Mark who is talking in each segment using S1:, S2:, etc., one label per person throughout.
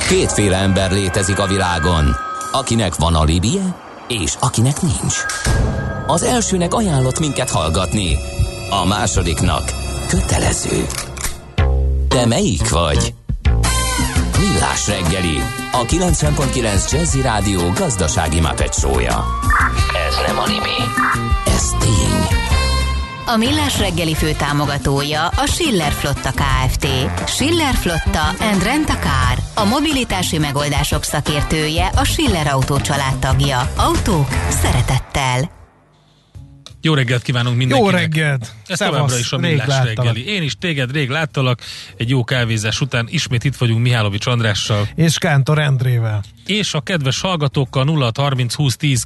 S1: Kétféle ember létezik a világon, akinek van alibije, és akinek nincs. Az elsőnek ajánlott minket hallgatni, a másodiknak kötelező. Te melyik vagy? Millás reggeli, a 90.9 Jazzy Rádió gazdasági Muppet show-ja. Ez nem anime, ez tény.
S2: A Millás reggeli főtámogatója a Schiller Flotta Kft. Schiller Flotta and Rent a Car. A mobilitási megoldások szakértője, a Schiller Autó család tagja. Autók szeretettel.
S3: Jó reggelt kívánunk mindenkinek!
S4: Jó reggelt!
S3: Ez továbbra is a Millás reggeli. Én is téged rég láttalak, egy jó kávézás után ismét itt vagyunk Mihálovics Andrással.
S4: És Kántor Endrével.
S3: És a kedves hallgatókkal 0630 20 10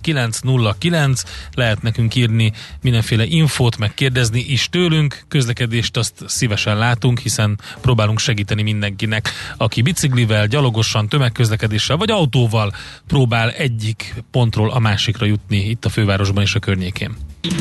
S3: 909 lehet nekünk írni mindenféle infót, meg kérdezni is tőlünk. Közlekedést azt szívesen látunk, hiszen próbálunk segíteni mindenkinek, aki biciklivel, gyalogosan, tömegközlekedéssel vagy autóval próbál egyik pontról a másikra jutni itt a fővárosban és a környékén.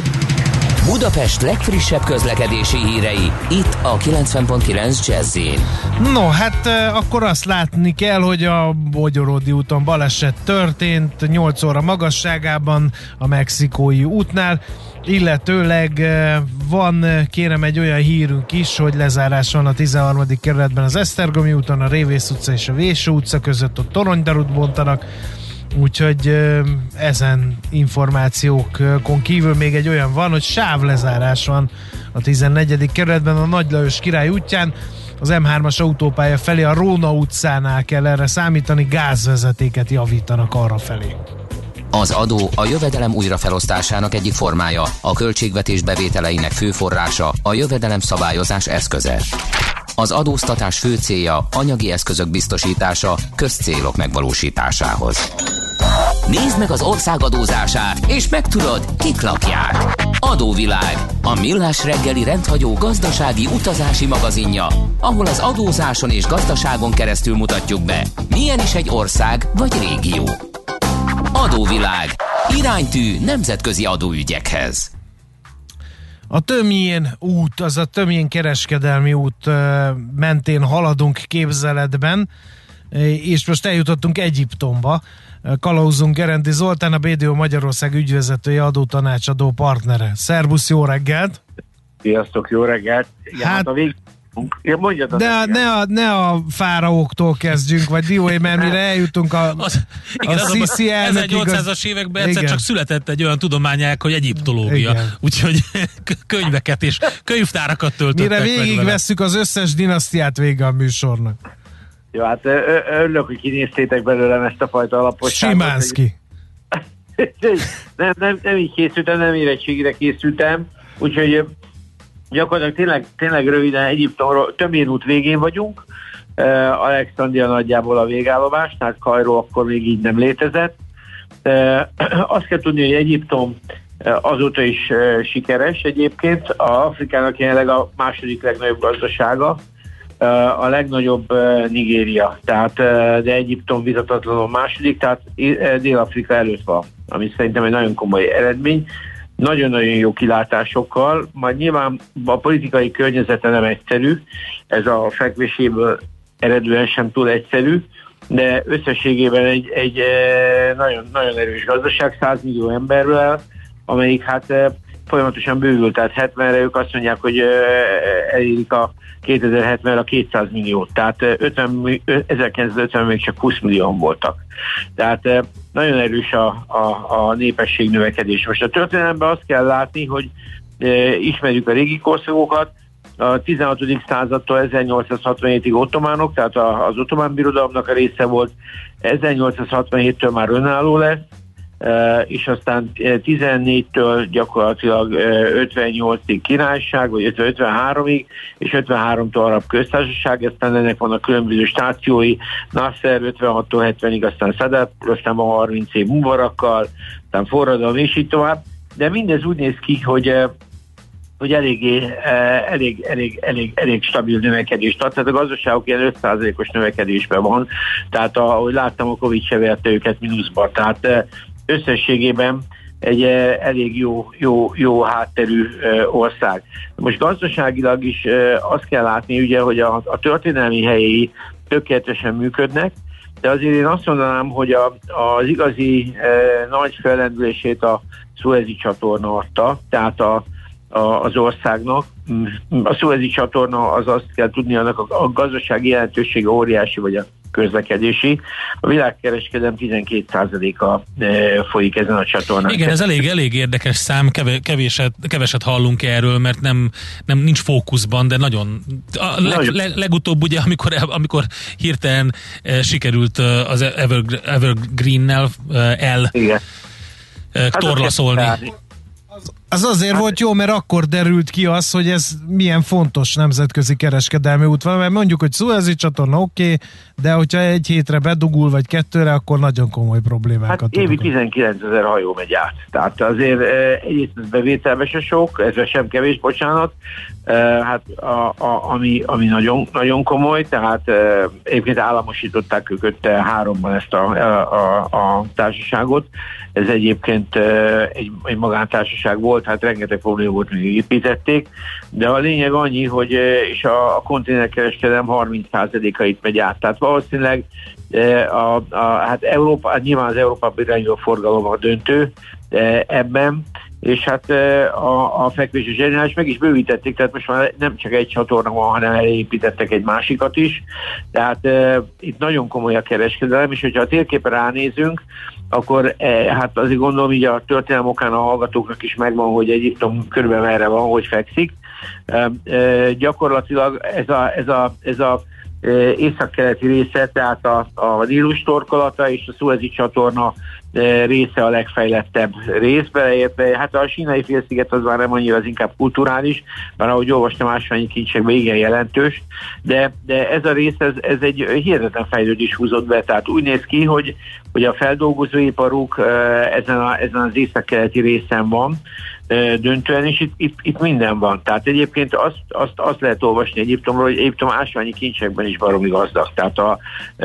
S1: Budapest legfrissebb közlekedési hírei, itt a 90.9 Jazz-in.
S4: No, hát akkor azt látni kell, hogy a Bogyoródi úton baleset történt 8 óra magasságában a Mexikói útnál, illetőleg van, kérem, egy olyan hírünk is, hogy lezárás van a 13. kerületben az Esztergomi úton, a Révész utca és a Véső utca között, ott toronydarút bontanak, úgyhogy ezen információkon kívül még egy olyan van, hogy sávlezárás van a 14. kerületben a Nagy Lajos Király útján, az M3-as autópálya felé a Róna utcánál kell erre számítani, gázvezetéket javítanak arra felé.
S1: Az adó a jövedelem újrafelosztásának egyik formája, a költségvetés bevételeinek fő forrása, a jövedelem szabályozás eszköze. Az adóztatás fő célja anyagi eszközök biztosítása közcélok megvalósításához. Nézd meg az ország adózását, és megtudod, kik lakják. Adóvilág, a Millás reggeli rendhagyó gazdasági utazási magazinja, ahol az adózáson és gazdaságon keresztül mutatjuk be, milyen is egy ország vagy régió. Adóvilág, iránytű nemzetközi adóügyekhez.
S4: A Tömjén út, az a Tömjén kereskedelmi út mentén haladunk képzeletben, és most eljutottunk Egyiptomba. Kalauzunk Gerendi Zoltán, a BDO Magyarország ügyvezetője, adótanácsadó partnere. Szerbusz, jó reggelt!
S5: Sziasztok, jó reggelt!
S4: Hát
S5: a vég...
S4: ne a fáraóktól kezdjünk, vagy dióé, mert mire eljutunk a Sisi elnökig.
S3: 1800-as években egyszer csak született egy olyan tudományág, hogy egyiptológia. Igen. Úgyhogy könyveket és könyvtárakat töltöttek.
S4: Mire végigvesszük az összes dinasztiát, vége a műsornak.
S5: Jó, hát örülök, hogy kinéztétek belőlem ezt a fajta alaposságot.
S4: Simánszki.
S5: nem így készültem, nem érettségire készültem, úgyhogy gyakorlatilag tényleg röviden Egyiptomról, Tömjén út végén vagyunk, Alexandria nagyjából a végállomás, tehát Kairó akkor még így nem létezett. Azt kell tudni, hogy Egyiptom azóta is sikeres egyébként, Afrikának jelenleg a második legnagyobb gazdasága, a legnagyobb Nigéria, tehát de Egyiptom vitathatatlanul második, tehát Dél-Afrika előtt van, ami szerintem egy nagyon komoly eredmény. Nagyon-nagyon jó kilátásokkal, majd nyilván a politikai környezete nem egyszerű, ez a fekvéséből eredően sem túl egyszerű, de összességében egy nagyon, nagyon erős gazdaság, 100 millió emberrel, amelyik hát folyamatosan bővül, tehát 70-re ők azt mondják, hogy elérik a 2070-re a 200 milliót, tehát 1950 még csak 20 millióan voltak. Tehát nagyon erős a népesség növekedés. Most a történelemben azt kell látni, hogy ismerjük a régi korszakokat, a 16. századtól 1867-ig ottománok, tehát az ottomán birodalomnak a része volt, 1867-től már önálló lesz, és aztán 14-től gyakorlatilag 58-ig királyság, vagy 53-ig, és 53-tól arab köztársaság, aztán ennek vannak különböző stációi, Nasser 56-tól 70-ig, aztán Sadat, aztán van 30 év Mubarakkal, aztán forradalom, és így tovább. De mindez úgy néz ki, hogy elég stabil növekedés tart, tehát a gazdaságok ilyen 5%-os növekedésben van, tehát ahogy láttam, a Covid se verte őket mínuszba, tehát összességében egy elég jó hátterű ország. Most gazdaságilag is azt kell látni, ugye, hogy a történelmi helyei tökéletesen működnek, de azért én azt mondanám, hogy az igazi nagy fellendülését a Szuezi csatorna adta, tehát az országnak. A Szuezi csatorna, az azt kell tudni, annak a gazdasági jelentősége óriási, vagy a közlekedési. A világkereskedelem 12%-a folyik ezen a csatornán.
S3: Igen, ez elég érdekes szám, keveset hallunk erről, mert nincs fókuszban, de nagyon. Legutóbb ugye, amikor hirtelen sikerült az Evergreen-nel torlaszolni.
S4: Az azért volt jó, mert akkor derült ki az, hogy ez milyen fontos nemzetközi kereskedelmi út van, mert mondjuk, hogy Szuezi csatorna oké, de hogyha egy hétre bedugul, vagy 2-re, akkor nagyon komoly problémákat.
S5: Hát évi 19 000 hajó megy át. Tehát azért egyrészt bevételbe se sok, ez sem kevés, bocsánat, hát ami nagyon, nagyon komoly, tehát egyébként államosították őket 3-ban ezt a társaságot. Ez egyébként egy magántársaság volt, hát rengeteg probléma volt, még építették, de a lényeg annyi, hogy és a konténerkereskedelem 30%-a itt megy át. Tehát valószínűleg hát Európa, hát nyilván az Európában irányuló forgalom a döntő ebben, és hát a fekvési zseniális meg is bővítették, tehát most már nem csak egy csatorna van, hanem elépítettek egy másikat is, tehát itt nagyon komoly a kereskedelem, és hogyha a térképen ránézünk, akkor hát azért gondolom, így a történelem okán a hallgatóknak is megvan, hogy Egyiptom körülbelül merre van, hogy fekszik. Gyakorlatilag ez a északkeleti része, tehát a Nílus torkolata és a Szuezi csatorna része a legfejlettebb rész, beleértve, hát a Sínai félsziget az már nem annyira, az inkább kulturális, bár ahogy olvastam ásványi kincsekben igen jelentős, de ez a rész, ez egy hihetetlen fejlődés húzott be, tehát úgy néz ki, hogy a feldolgozóiparuk ezen az északkeleti részen van, döntően, és itt minden van. Tehát egyébként azt lehet olvasni Egyiptomról, hogy Egyiptom ásványi kincsekben is baromi gazdag. Tehát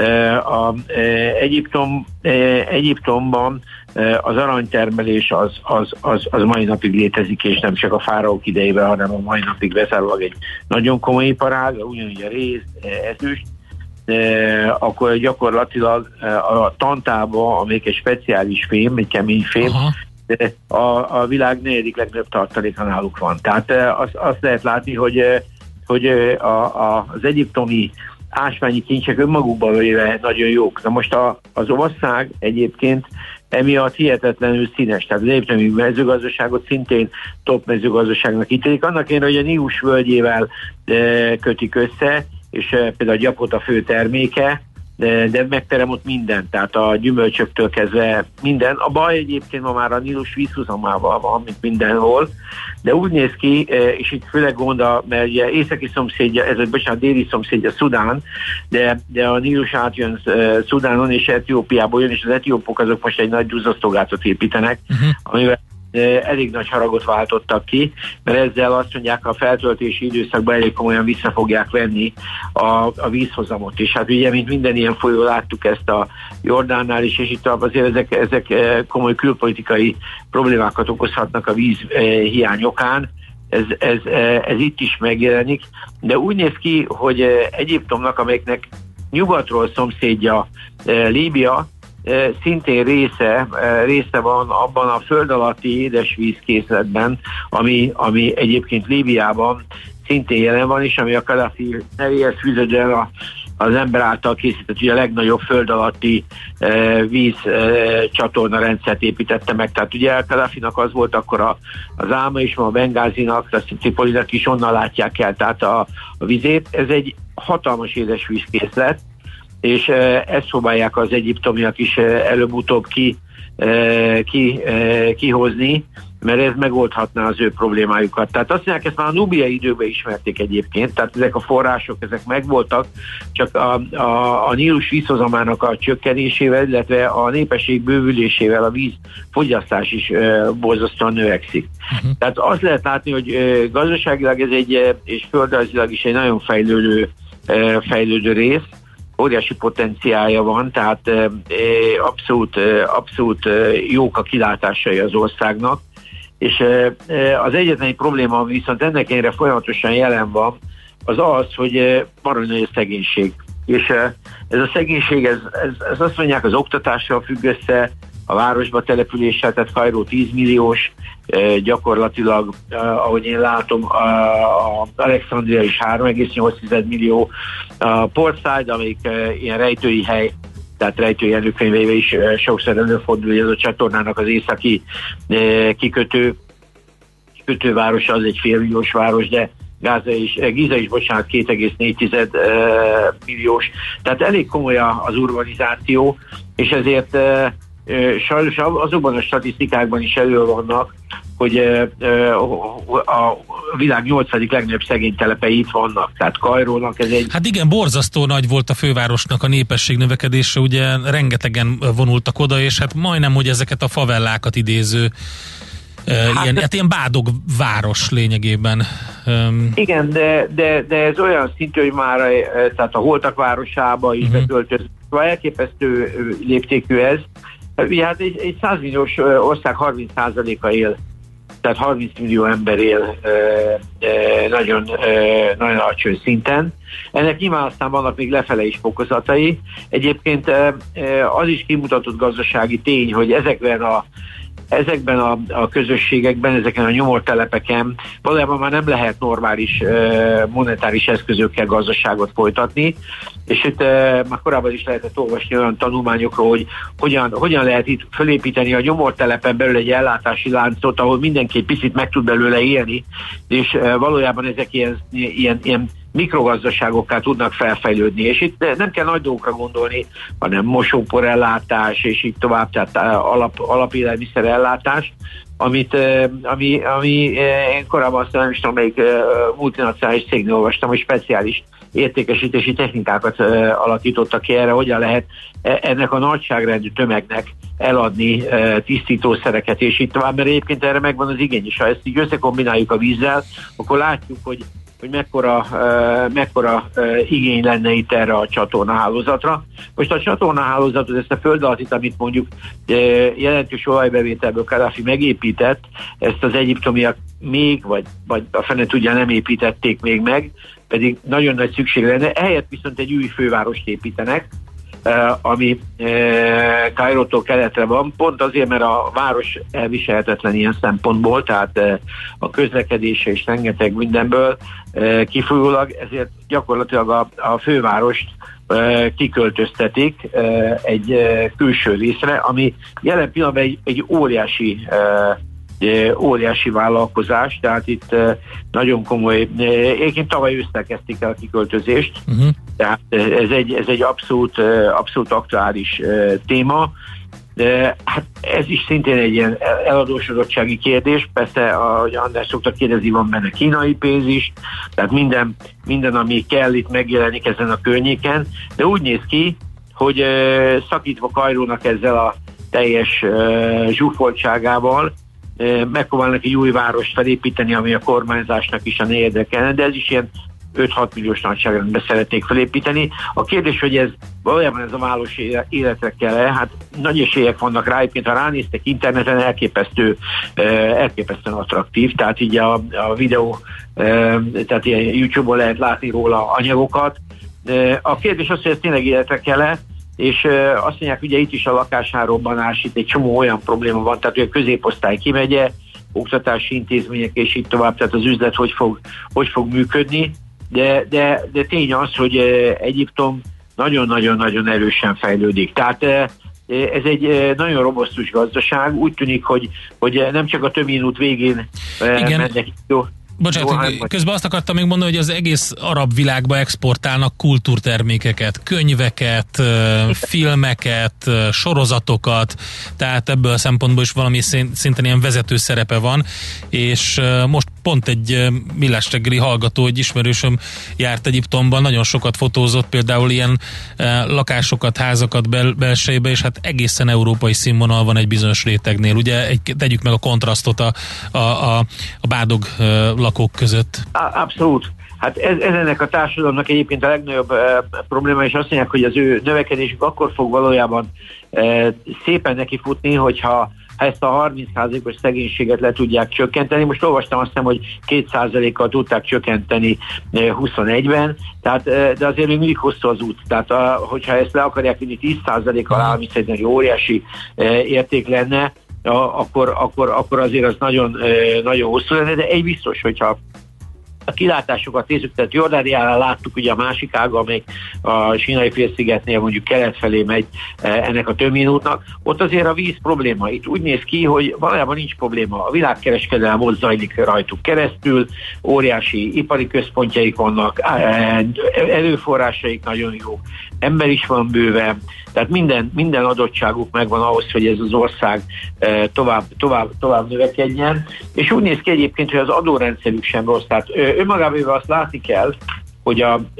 S5: Egyiptomban az aranytermelés az mai napig létezik, és nem csak a fáraók idejében, hanem a mai napig bezárólag egy nagyon komoly iparág, ugyanúgy a réz, ezüst, akkor gyakorlatilag a tantában, amelyik egy speciális fém, egy kemény fém, a világ 4. legnagyobb tartaléka náluk van. Tehát azt lehet látni, hogy az egyiptomi ásványi kincsek önmagukban véve nagyon jók. Na most az ország egyébként emiatt hihetetlenül színes. Tehát az egyiptomi mezőgazdaságot szintén top mezőgazdaságnak ítélik. Annak én, hogy a Nílus völgyével kötik össze, és például a gyapot a fő terméke, de megterem ott minden, tehát a gyümölcsöktől kezdve minden. A baj egyébként ma már a Nílus vízhozamával van, mint mindenhol, de úgy néz ki, és itt főleg gond, mert ugye északi szomszédja, déli szomszédja Szudán, de a Nílus átjön Szudánon és Etiópiából jön, és az etiópok azok most egy nagy duzzasztogátot építenek, amivel elég nagy haragot váltottak ki, mert ezzel azt mondják, a feltöltési időszakban elég komolyan vissza fogják venni a vízhozamot. És hát ugye, mint minden ilyen folyó, láttuk ezt a Jordánnál is, és itt azért ezek komoly külpolitikai problémákat okozhatnak a víz hiány okán. Ez itt is megjelenik, de úgy néz ki, hogy Egyiptomnak, amelyeknek nyugatról szomszédja Líbia, szintén része van abban a föld alatti édesvízkészletben, ami egyébként Líbiában szintén jelen van, és ami a Kadhafi nevéhez fűződően az ember által készített, ugye a legnagyobb föld alatti víz csatorna rendszert építette meg. Tehát ugye a Kadhafinak az volt akkor az álma, és ma a Bengázinak, a Tripolinak is onnan látják el, tehát a vizét. Ez egy hatalmas édesvízkészlet, és ezt próbálják az egyiptomiak is előbb-utóbb kihozni, mert ez megoldhatná az ő problémájukat. Tehát azt mondják, ezt már a nubiai időben ismerték egyébként, tehát ezek a források, ezek megvoltak, csak a Nílus vízhozamának a csökkenésével, illetve a népesség bővülésével a vízfogyasztás is borzasztóan növekszik. Tehát azt lehet látni, hogy gazdaságilag ez és földrajzilag is egy nagyon fejlődő rész, óriási potenciálja van, tehát abszolút jók a kilátásai az országnak, és az egyetlen probléma, ami viszont ennek ennyire folyamatosan jelen van, az az, hogy baromi nagy a szegénység. És ez a szegénység, ez azt mondják, az oktatással függ össze, a városba településsel, tehát Kairó 10 milliós, gyakorlatilag, ahogy én látom, Alexandria is 3,8 millió, a Port Said, amelyik ilyen rejtői hely, tehát rejtői előkönyveivel is sokszor előfordul, hogy ez a csatornának az északi kikötővárosa, az egy félmilliós város, de Giza is, bocsánat, 2,4 milliós. Tehát elég komoly az urbanizáció, és ezért sajnos azokban a statisztikákban is elő vannak, hogy a világ 8. legnagyobb szegénytelepe itt vannak, tehát Kairónak ez egy...
S3: Hát igen, borzasztó nagy volt a fővárosnak a népesség növekedése, ugye rengetegen vonultak oda, és hát majdnem, hogy ezeket a favellákat idéző ilyen bádog város lényegében.
S5: Igen, de ez olyan szintű, hogy már tehát a Holtak városába is beköltözött. Elképesztő léptékű ez. Hát egy 100 milliós ország 30%-a él, tehát 30 millió ember él nagyon alacsony szinten. Ennek nyilván aztán vannak még lefele is fokozatai. Egyébként az is kimutatott gazdasági tény, hogy ezekben a közösségekben, ezeken a nyomortelepeken valójában már nem lehet normális monetáris eszközökkel gazdaságot folytatni, és itt már korábban is lehetett olvasni olyan tanulmányokról, hogy hogyan lehet itt fölépíteni a nyomortelepen belül egy ellátási láncot, ahol mindenki egy picit meg tud belőle élni, és valójában ezek ilyen mikrogazdaságokká tudnak felfejlődni, és itt nem kell nagy dolgokra gondolni, hanem mosóporellátás, és így tovább, tehát alapélelmiszer ellátás, ami én korábban azt nem is tudom, melyik multinacionális cégnél olvastam, hogy speciális értékesítési technikákat alakítottak ki erre, hogyan lehet ennek a nagyságrendű tömegnek eladni tisztítószereket, és így tovább, mert egyébként erre megvan az igény is. Ha ezt így összekombináljuk a vízzel, akkor látjuk, hogy mekkora igény lenne itt erre a csatornahálózatra. Most a csatornahálózatot, ezt a föld alattit, amit mondjuk jelentős olajbevételből Kadhafi megépített, ezt az egyiptomiak még, vagy a fene tudja, nem építették még meg, pedig nagyon nagy szükség lenne. Ehelyett viszont egy új fővárost építenek, ami Kairótól keletre van, pont azért, mert a város elviselhetetlen ilyen szempontból, tehát a közlekedése és rengeteg mindenből kifolyólag, ezért gyakorlatilag a fővárost kiköltöztetik egy külső részre, ami jelen pillanatban egy óriási vállalkozás, tehát itt nagyon komoly, egyébként tavaly ősszel kezdték el a kiköltözést, tehát ez egy abszolút aktuális téma. De hát ez is szintén egy ilyen eladósodottsági kérdés, persze, ahogy András szokta kérdezni, van benne kínai pénz is, tehát minden, ami kell, itt megjelenik ezen a környéken, de úgy néz ki, hogy szakítva Kairónak ezzel a teljes zsúfoltságával, megpróbálnak egy új várost felépíteni, ami a kormányzásnak is a érdekelne, de ez is ilyen 5-6 milliós nagyságrendben szeretnék felépíteni. A kérdés, hogy ez valójában ez a város életre kell-e, hát nagy esélyek vannak rá, egyébként ha ránéztek interneten, elképesztően attraktív, tehát így a videó, tehát ilyen YouTube-on lehet látni róla anyagokat. A kérdés az, hogy ez tényleg életre kell-e, és azt mondják, ugye itt is a lakásárrobbanás, itt egy csomó olyan probléma van, tehát hogy a középosztály kimegye, oktatási intézmények és így tovább, tehát az üzlet hogy fog működni, de tény az, hogy Egyiptom nagyon-nagyon-nagyon erősen fejlődik. Tehát ez egy nagyon robosztus gazdaság, úgy tűnik, hogy nem csak a Tömén végén mennek jó.
S3: Bocsánat, közben azt akartam még mondani, hogy az egész arab világba exportálnak kultúrtermékeket, könyveket, filmeket, sorozatokat, tehát ebből a szempontból is valami szinten ilyen vezető szerepe van, és most pont egy Millás reggeli hallgató, egy ismerősöm járt Egyiptomban, nagyon sokat fotózott, például ilyen lakásokat, házakat belsejébe, és hát egészen európai színvonal van egy bizonyos rétegnél. Ugye tegyük meg a kontrasztot a bádog lakók között. Abszolút.
S5: Hát ez ennek a társadalomnak egyébként a legnagyobb probléma, és azt mondják, hogy az ő növekedésük akkor fog valójában szépen nekifutni, hogyha ezt a 30%-os szegénységet le tudják csökkenteni. Most olvastam, azt hiszem, hogy 2%-kal tudták csökkenteni 21-ben, tehát, de azért még mindig hosszú az út. Tehát hogyha ezt le akarják vinni 10%-kal, ami szerintem egy óriási érték lenne, akkor azért az nagyon, nagyon hosszú lenne, de egy biztos, hogyha a kilátásokat nézzük, tehát Jordániánál láttuk ugye a másik ága, amely a Sínai félszigetnél mondjuk kelet felé megy ennek a töményútnak. Ott azért a víz probléma. Itt úgy néz ki, hogy valójában nincs probléma. A világkereskedelem ott zajlik rajtuk keresztül, óriási ipari központjaik vannak, előforrásaik nagyon jó, ember is van bőven, tehát minden adottságuk megvan ahhoz, hogy ez az ország tovább növekedjen, és úgy néz ki egyébként, hogy az adórendszerük sem rossz. Tehát önmagában azt látni kell, hogy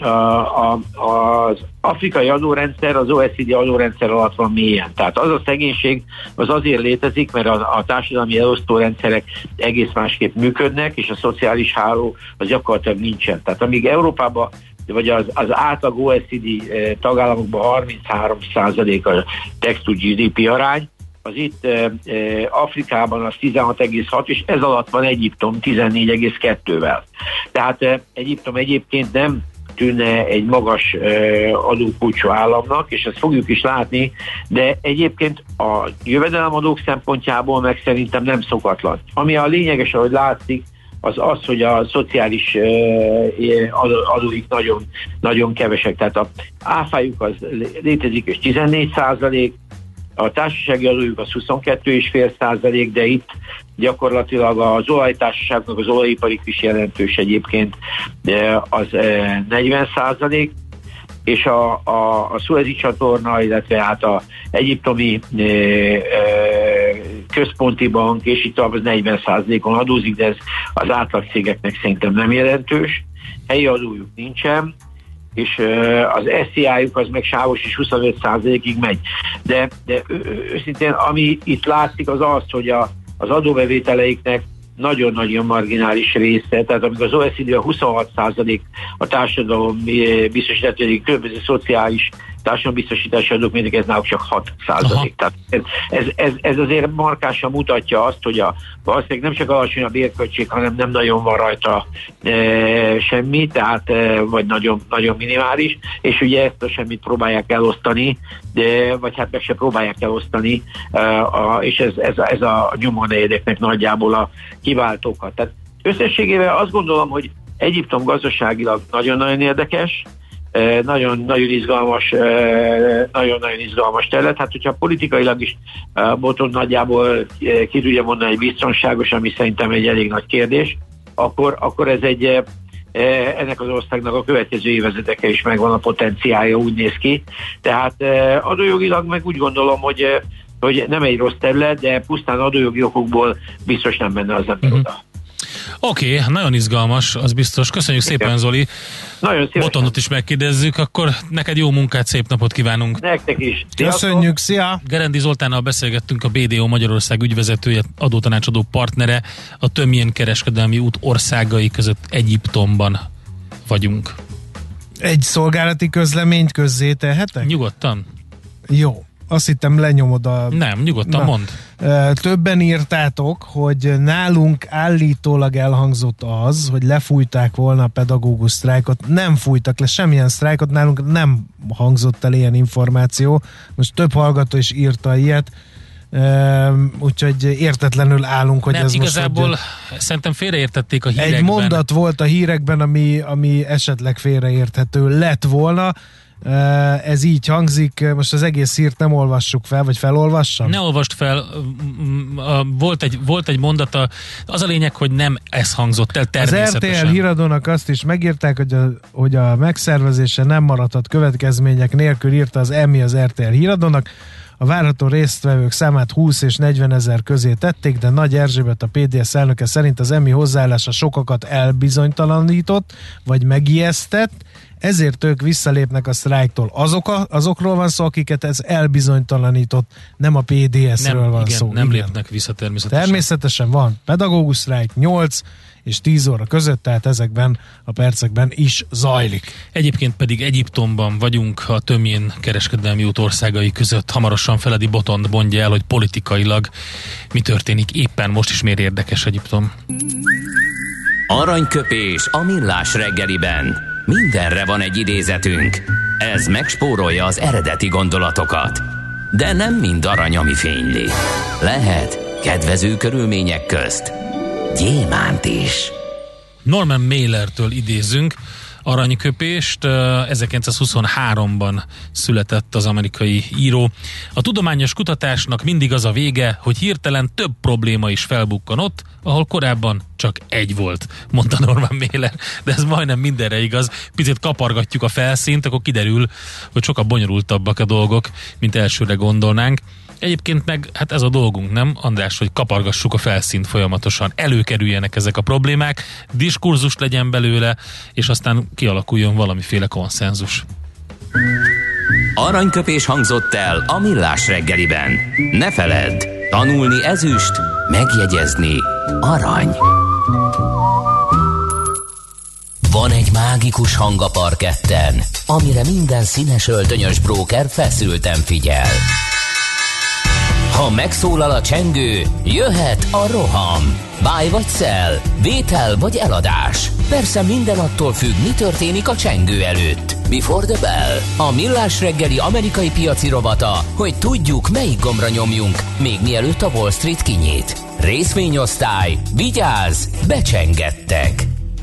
S5: az afrikai adórendszer az OECD adórendszer alatt van mélyen. Tehát az a szegénység az azért létezik, mert a társadalmi elosztórendszerek egész másképp működnek, és a szociális háló az gyakorlatilag nincsen. Tehát amíg Európában vagy az átlag OECD tagállamokban 33% a tax to GDP arány, az itt Afrikában az 16,6, és ez alatt van Egyiptom 14,2-vel. Tehát Egyiptom egyébként nem tűnne egy magas adókulcsú államnak, és ezt fogjuk is látni, de egyébként a jövedelemadók szempontjából meg szerintem nem szokatlan. Ami a lényeges, ahogy látszik, az, hogy a szociális adóik nagyon, nagyon kevesek. Tehát a áfájuk az létezik, és 14%, a társasági adójuk az 22,5%, de itt gyakorlatilag az olajtársaságnak az olajiparik is jelentős egyébként, az 40%, és a Szuezi csatorna, illetve hát a egyiptomi központi bank, és itt az 40%-on adózik, de ez az átlag cégeknek szerintem nem jelentős. Helyi adójuk nincsen, és az SZIA-juk az meg sávos, és 25%-ig megy. De őszintén, ami itt látszik, az, hogy az adóbevételeiknek nagyon-nagyon marginális része, tehát amikor az OECD a 26% a társadalom biztosítási, különböző szociális társadalombiztosítási adók, mindig ez náluk csak 6%. Tehát ez azért markánsan mutatja azt, hogy valószínűleg nem csak alacsony a bérköltség, hanem nem nagyon van rajta semmi, tehát vagy nagyon, nagyon minimális, és ugye ezt a semmit próbálják elosztani, vagy hát meg se próbálják elosztani, és ez a nyomornegyedeknek nagyjából a kiváltókat. Tehát összességében azt gondolom, hogy Egyiptom gazdaságilag nagyon-nagyon érdekes, nagyon-nagyon izgalmas terület. Hát, hogyha politikailag is Boton nagyjából ki tudja mondani egy biztonságos, ami szerintem egy elég nagy kérdés, akkor ez ennek az országnak a következő évezredekre is megvan a potenciálja, úgy néz ki. Tehát adójogilag meg úgy gondolom, hogy nem egy rossz terület, de pusztán adójogi okokból biztos nem menne az ember oda.
S3: Oké, nagyon izgalmas, az biztos. Köszönjük szépen, Zoli.
S5: Nagyon szívesen.
S3: Botonot is megkérdezzük, akkor neked jó munkát, szép napot kívánunk.
S5: Nektek is.
S4: Köszönjük, szia!
S3: Gerendi Zoltánnal beszélgettünk, a BDO Magyarország ügyvezetője, adótanácsadó partnere, a Tömjén kereskedelmi út országai között Egyiptomban vagyunk.
S4: Egy szolgálati közleményt közzétehetek?
S3: Nyugodtan.
S4: Jó. Azt hittem lenyomod a...
S3: Nem, nyugodtan mondd.
S4: Többen írtátok, hogy nálunk állítólag elhangzott az, hogy lefújták volna a pedagógus sztrájkot. Nem fújtak le semmilyen sztrájkot, nálunk nem hangzott el ilyen információ. Most több hallgató is írta ilyet, úgyhogy értetlenül állunk, hogy
S3: nem,
S4: ez
S3: igazából
S4: most...
S3: szerintem félreértették a hírekben.
S4: Egy mondat volt a hírekben, ami esetleg félreérthető lett volna. Ez így hangzik, most az egész hírt nem olvassuk fel, vagy felolvassam?
S3: Ne olvast fel, volt egy mondata, az a lényeg, hogy nem ez hangzott el természetesen.
S4: Az RTL híradónak azt is megírták, hogy a megszervezése nem maradhat következmények nélkül, írta az EMI az RTL híradónak. A várható résztvevők számát 20 és 40 ezer közé tették, de Nagy Erzsébet, a PDS elnöke szerint az EMI hozzáállása sokakat elbizonytalanított, vagy megijesztett. ezért ők visszalépnek a sztrájktól. Azokról van szó, akiket ez elbizonytalanított, nem a PDS-ről van szó.
S3: Nem lépnek vissza természetesen.
S4: Természetesen van pedagógus sztrájk 8 és 10 óra között, tehát ezekben a percekben is zajlik.
S3: Egyébként pedig Egyiptomban vagyunk, a tömjén kereskedelmi út országai között. Hamarosan Feledi Botond mondja el, hogy politikailag mi történik éppen most is, miért érdekes Egyiptom.
S1: Aranyköpés a millás reggeliben. Mindenre van egy idézetünk. Ez megspórolja az eredeti gondolatokat. De nem mind arany, ami fényli. Lehet kedvező körülmények közt gyémánt is.
S3: Norman Mailertől idézünk aranyköpést. 1923-ban született az amerikai író. A tudományos kutatásnak mindig az a vége, hogy hirtelen több probléma is felbukkan ott, ahol korábban csak egy volt, mondta Norman Mailer, de ez majdnem mindenre igaz. Picit kapargatjuk a felszínt, akkor kiderül, hogy sokkal bonyolultabbak a dolgok, mint elsőre gondolnánk. Egyébként meg, hát ez a dolgunk, nem, András, hogy kapargassuk a felszínt folyamatosan, előkerüljenek ezek a problémák, diskurzus legyen belőle, és aztán kialakuljon valamiféle konszenzus.
S1: Aranyköpés hangzott el a millás reggeliben. Ne feledd, tanulni ezüst, megjegyezni arany. Van egy mágikus hang a parketten, amire minden színes öltönyös bróker feszülten figyel. Ha megszólal a csengő, jöhet a roham. Buy vagy sell, vétel vagy eladás. Persze minden attól függ, mi történik a csengő előtt. Before the bell, a millás reggeli amerikai piaci rovata, hogy tudjuk, melyik gombra nyomjunk, még mielőtt a Wall Street kinyit. Részvényosztály, vigyázz, becsengettek!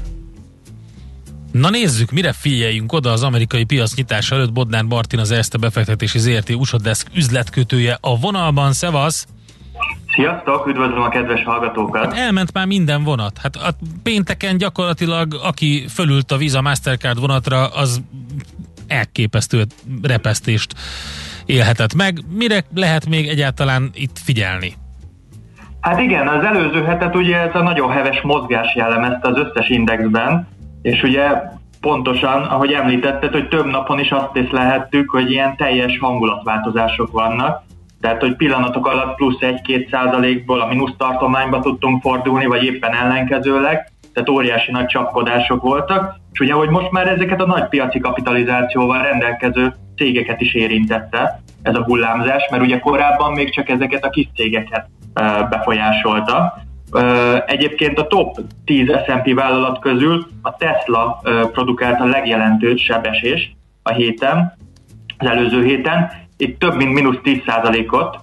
S3: Na nézzük, mire figyeljünk oda az amerikai piac nyitása előtt. Bodnár Martin, az Erste befektetési ZRT USA Desk üzletkötője a vonalban. Szevasz!
S6: Sziasztok, üdvözlöm a kedves hallgatókat!
S3: Hát elment már minden vonat. Hát a pénteken gyakorlatilag, aki fölült a Visa Mastercard vonatra, az elképesztő repesztést élhetett meg. Mire lehet még egyáltalán itt figyelni?
S6: Hát igen, az előző hetet ugye ez a nagyon heves mozgás jellemezte az összes indexben, és ugye pontosan, ahogy említetted, hogy több napon is azt észlelhettük, hogy ilyen teljes hangulatváltozások vannak, tehát hogy pillanatok alatt plusz 1-2%-ból a mínusz tartományba tudtunk fordulni, vagy éppen ellenkezőleg, tehát óriási nagy csapkodások voltak, és ugye, hogy most már ezeket a nagy piaci kapitalizációval rendelkező cégeket is érintette ez a hullámzás, mert ugye korábban még csak ezeket a kis cégeket befolyásolta. Egyébként a top 10 S&P vállalat közül a Tesla produkált a legjelentősebb esés a héten, az előző héten. Itt több mint mínusz 10%-ot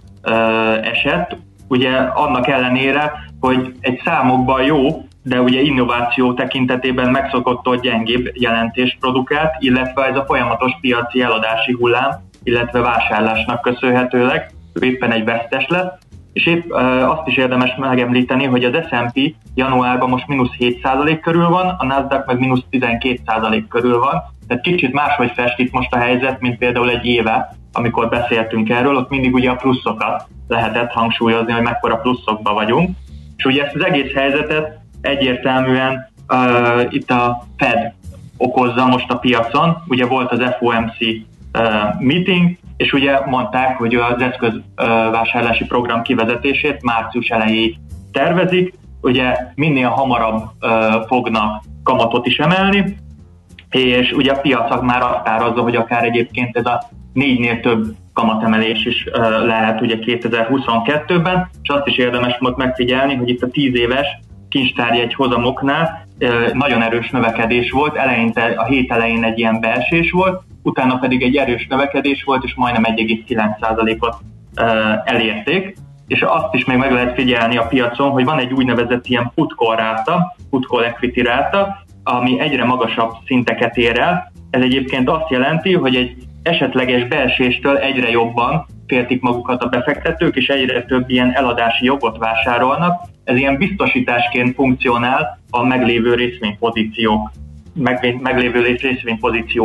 S6: esett, ugye annak ellenére, hogy egy számokban jó, de ugye innováció tekintetében megszokottól gyengébb jelentést produkált, illetve ez a folyamatos piaci eladási hullám, illetve vásárlásnak köszönhetőleg éppen egy vesztes lett. És épp azt is érdemes megemlíteni, hogy az S&P januárban most mínusz 7% körül van, a Nasdaq meg mínusz 12% körül van, tehát kicsit máshogy fest itt most a helyzet, mint például egy éve, amikor beszéltünk erről, ott mindig ugye a pluszokat lehetett hangsúlyozni, hogy mekkora pluszokban vagyunk. És ugye ezt az egész helyzetet egyértelműen itt a Fed okozza most a piacon, ugye volt az FOMC meeting, és ugye mondták, hogy az eszközvásárlási program kivezetését március elejéig tervezik, ugye minél hamarabb fognak kamatot is emelni, és ugye a piacok már határozza, hogy akár egyébként ez a 4-nél több kamatemelés is lehet ugye 2022-ben, és azt is érdemes most megfigyelni, hogy itt a 10 éves kincstárjegy hozamoknál nagyon erős növekedés volt, eleinte, a hét elején egy ilyen beesés volt, utána pedig egy erős növekedés volt, és majdnem 1,9%-ot elérték, és azt is még meg lehet figyelni a piacon, hogy van egy úgynevezett ilyen put call ráta, put call equity ráta, ami egyre magasabb szinteket ér el. Ez egyébként azt jelenti, hogy egy esetleges beeséstől egyre jobban féltik magukat a befektetők, és egyre több ilyen eladási jogot vásárolnak. Ez ilyen biztosításként funkcionál a meglévő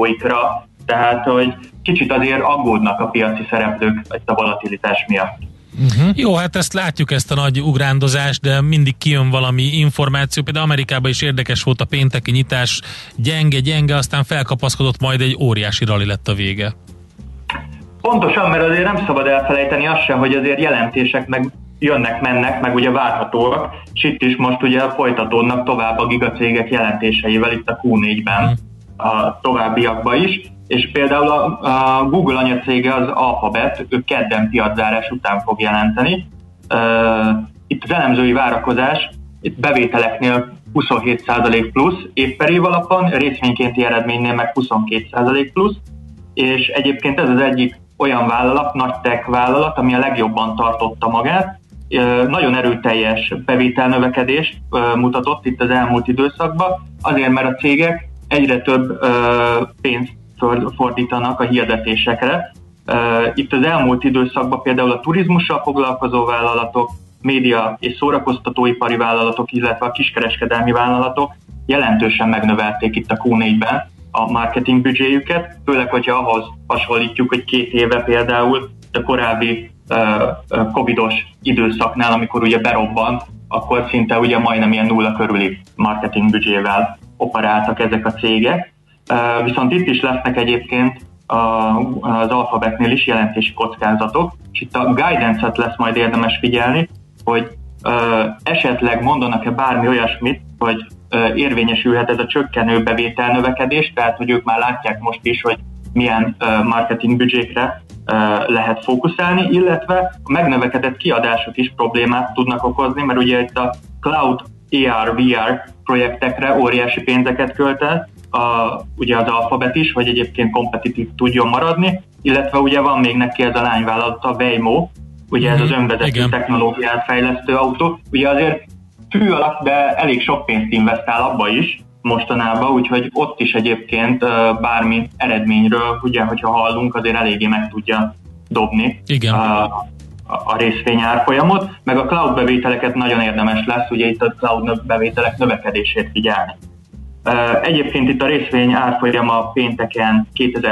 S6: részvénypozícióikra. Tehát, hogy kicsit azért aggódnak a piaci szereplők itt a volatilitás miatt.
S3: Jó, hát ezt látjuk, ezt a nagy ugrándozást, de mindig kijön valami információ. Például Amerikában is érdekes volt a pénteki nyitás, gyenge, aztán felkapaszkodott, majd egy óriási rali lett a vége.
S6: Pontosan, mert azért nem szabad elfelejteni azt sem, hogy azért jelentések meg jönnek-mennek, meg ugye várhatóak, és itt is most ugye folytatódnak tovább a gigacégek jelentéseivel itt a Q4-ben, a továbbiakban is, és például a Google anyacége az Alphabet, ő kedden piaczárás után fog jelenteni. Itt az elemzői várakozás, itt bevételeknél 27% plusz év per év alapon, részvénykénti eredménynél meg 22% plusz, és egyébként ez az egyik olyan vállalat, nagy tech vállalat, ami a legjobban tartotta magát, nagyon erőteljes bevételnövekedést mutatott itt az elmúlt időszakban, azért mert a cégek egyre több pénzt fordítanak a hirdetésekre. Itt az elmúlt időszakban például a turizmussal foglalkozó vállalatok, média és szórakoztatóipari vállalatok, illetve a kiskereskedelmi vállalatok jelentősen megnövelték itt a Q4-ben a marketing büdzséjüket, főleg, hogyha ahhoz hasonlítjuk, hogy 2 éve például a korábbi covidos időszaknál, amikor ugye berobbant, akkor szinte ugye majdnem ilyen 0 körüli marketing büdzsével operáltak ezek a cégek. Viszont itt is lesznek egyébként az Alphabetnél is jelentési kockázatok, és itt a guidance-et lesz majd érdemes figyelni, hogy esetleg mondanak-e bármi olyasmit, hogy érvényesülhet ez a csökkenő bevételnövekedés, tehát hogy ők már látják most is, hogy milyen marketing büdzsékre lehet fókuszálni, illetve a megnövekedett kiadások is problémát tudnak okozni, mert ugye itt a Cloud AR/VR projektekre óriási pénzeket költ el, ugye az Alphabet is, hogy egyébként kompetitív tudjon maradni, illetve ugye van még neki ez a lányvállalat, a Waymo, ugye ez az önvezető technológiát fejlesztő autó, ugye azért fű alatt, de elég sok pénzt investál abba is mostanában, úgyhogy ott is egyébként bármi eredményről, ugye, hogyha hallunk, azért eléggé meg tudja dobni a részvény árfolyamot, meg a cloud bevételeket nagyon érdemes lesz, ugye itt a cloud bevételek növekedését figyelni. Egyébként itt a részvény árfolyama pénteken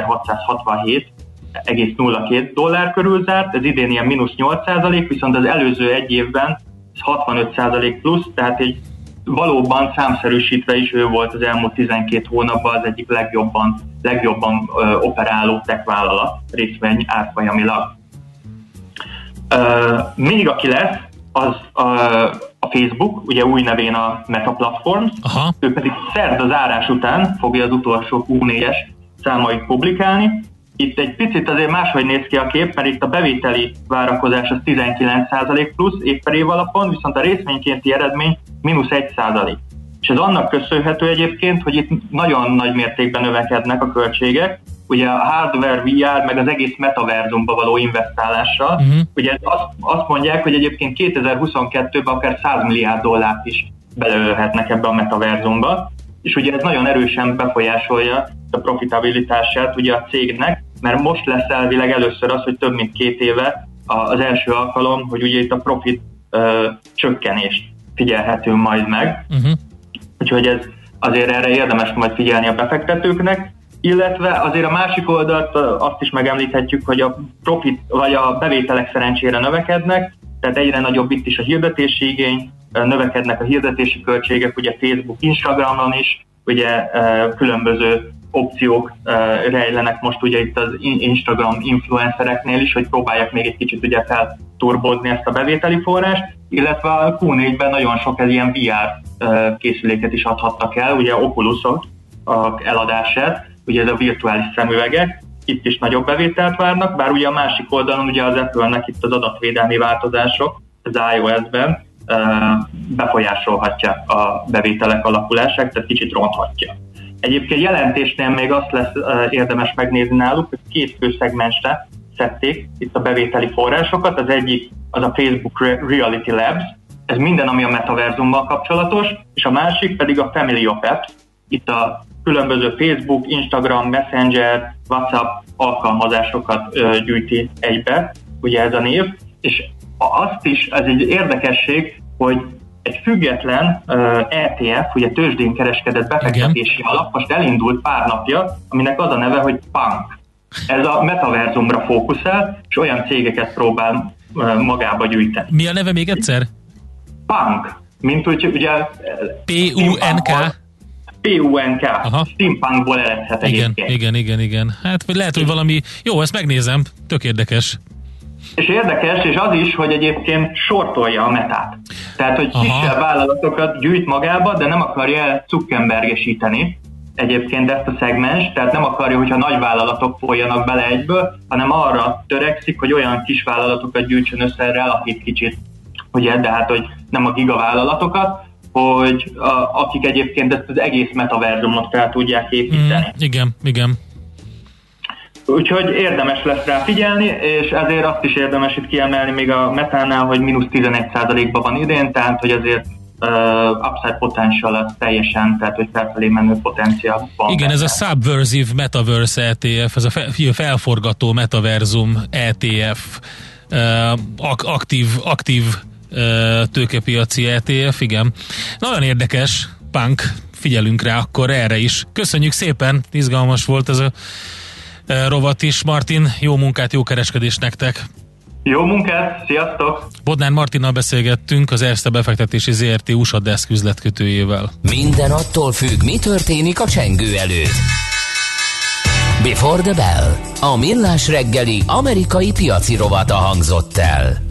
S6: 2667,02 dollár körül zárt, ez idén ilyen -8%, viszont az előző egy évben 65% plusz, tehát egy valóban számszerűsítve is ő volt az elmúlt 12 hónapban az egyik legjobban operáló tech vállalat részvény árfolyamilag. Még aki lesz, az a Facebook, ugye új nevén a Meta Platforms, ő pedig szerda zárás után fogja az utolsó Q4-es számait publikálni. Itt egy picit azért máshogy néz ki a kép, mert itt a bevételi várakozás az 19% plusz év per év alapon, viszont a részvénykénti eredmény -1%. És ez annak köszönhető egyébként, hogy itt nagyon nagy mértékben növekednek a költségek, ugye a hardware, VR, meg az egész metaverzumba való investálással. Ugye azt mondják, hogy egyébként 2022-ben akár $100 milliárd is belőhetnek ebbe a metaverzumba, és ugye ez nagyon erősen befolyásolja a profitabilitását ugye a cégnek, mert most lesz elvileg először az, hogy több mint 2 éve az első alkalom, hogy ugye itt a profit csökkenést figyelhető majd meg. Úgyhogy ez azért erre érdemes majd figyelni a befektetőknek, illetve azért a másik oldalt azt is megemlíthetjük, hogy a profit vagy a bevételek szerencsére növekednek, tehát egyre nagyobb itt is a hirdetési igény, növekednek a hirdetési költségek, ugye Facebook, Instagramon is, ugye különböző opciók rejlenek most ugye itt az Instagram influencereknél is, hogy próbálják még egy kicsit ugye felturbózni ezt a bevételi forrást, illetve a Q4-ben nagyon sok ilyen VR készüléket is adhattak el, ugye Oculusok eladását, ugye ez a virtuális szemüvegek, itt is nagyobb bevételt várnak, bár ugye a másik oldalon ugye az Apple-nek itt az adatvédelmi változások az iOS-ben befolyásolhatja a bevételek alakulását, tehát kicsit ronthatja. Egyébként jelentésnél még azt lesz érdemes megnézni náluk, hogy 2 fő szegmensre szedték itt a bevételi forrásokat, az egyik az a Facebook Reality Labs, ez minden, ami a metaverzummal kapcsolatos, és a másik pedig a Family of Apps, itt a különböző Facebook, Instagram, Messenger, WhatsApp alkalmazásokat gyűjti egybe, ugye ez a név, és azt is, ez egy érdekesség, hogy egy független ETF, ugye tőzsdén kereskedett befektetési alap most elindult pár napja, aminek az a neve, hogy Punk. Ez a metaverzumra fókuszál, és olyan cégeket próbál magába gyűjteni.
S3: Mi a neve még egyszer?
S6: Punk, mint hogy ugye...
S3: P-U-N-K?
S6: P-U-N-K. Steampunkból eredhet egyébként.
S3: Igen. Hát vagy lehet, hogy valami... Jó, ezt megnézem. Tök érdekes.
S6: És érdekes, és az is, hogy egyébként sortolja a metát. Tehát, hogy kisebb vállalatokat gyűjt magába, de nem akarja Zuckerbergesíteni egyébként ezt a szegmens, tehát nem akarja, hogyha nagy vállalatok folyjanak bele egyből, hanem arra törekszik, hogy olyan kis vállalatokat gyűjtsön össze, relakít kicsit, ugye, de hát, hogy nem a gigavállalatokat, hogy akik egyébként ezt az egész metaverzumot fel tudják építeni.
S3: Igen.
S6: Úgyhogy érdemes lesz rá figyelni, és ezért azt is érdemes itt kiemelni még a Metánál, hogy mínusz 11%-ban van idén, tehát hogy azért upside potential az teljesen, tehát hogy felfelé menő potenciál van.
S3: Igen, ez a Subversive Metaverse ETF, ez a felforgató metaverzum ETF, aktív tőkepiaci ETF, igen. Nagyon érdekes, Punk, figyelünk rá akkor erre is. Köszönjük szépen, izgalmas volt ez a rovat is. Martin, jó munkát, jó kereskedést nektek!
S6: Jó munkát, sziasztok!
S3: Bodnár Martinnal beszélgettünk, az Erste befektetési ZRT USA Desk üzletkötőjével.
S1: Minden attól függ, mi történik a csengő előtt. Before the Bell, a millás reggeli amerikai piaci rovata hangzott el.